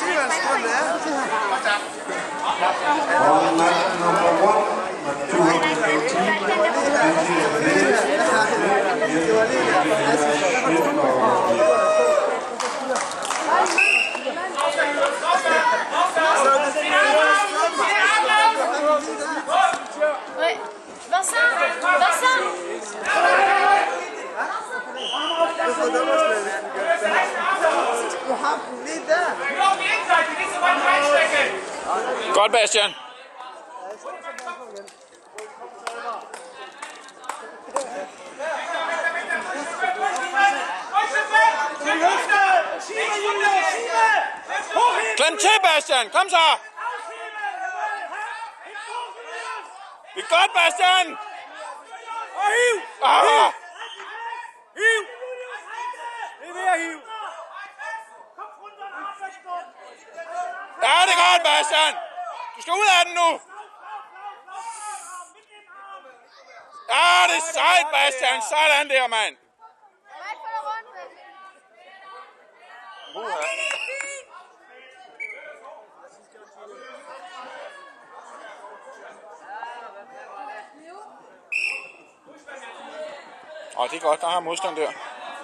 sige, hvad skålen er. On lap number 1, Godt, Bastian. Klem til, Bastian. Kom så. Det er godt, Bastian. Og hiv! Ah. Hiv! Det er ved at hive. Ja, det er godt, Bastian. Du skal ud af den nu. Ja, det er sejt, Bastian. Sådan der, mand. Det er godt, der har modstand der. Ja,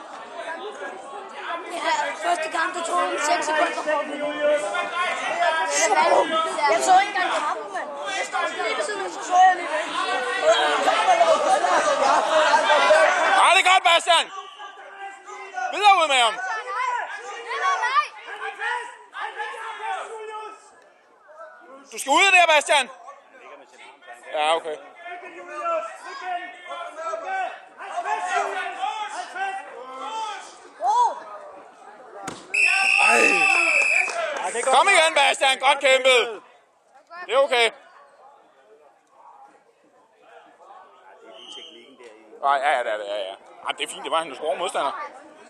første gang, der tog den 6 sekunder. Jeg så ikke engang kampen, mand. Jeg stod lige ved siden, så jeg lige væk. Det er godt, Bastian. Videre ud med ham. Du skal ud af der, Bastian. Ja, okay. Kom igen, Bastian. Godt kæmpet. Det er okay. Nej, ja, det er det. Ja. Det er fint. Det var en stor modstander.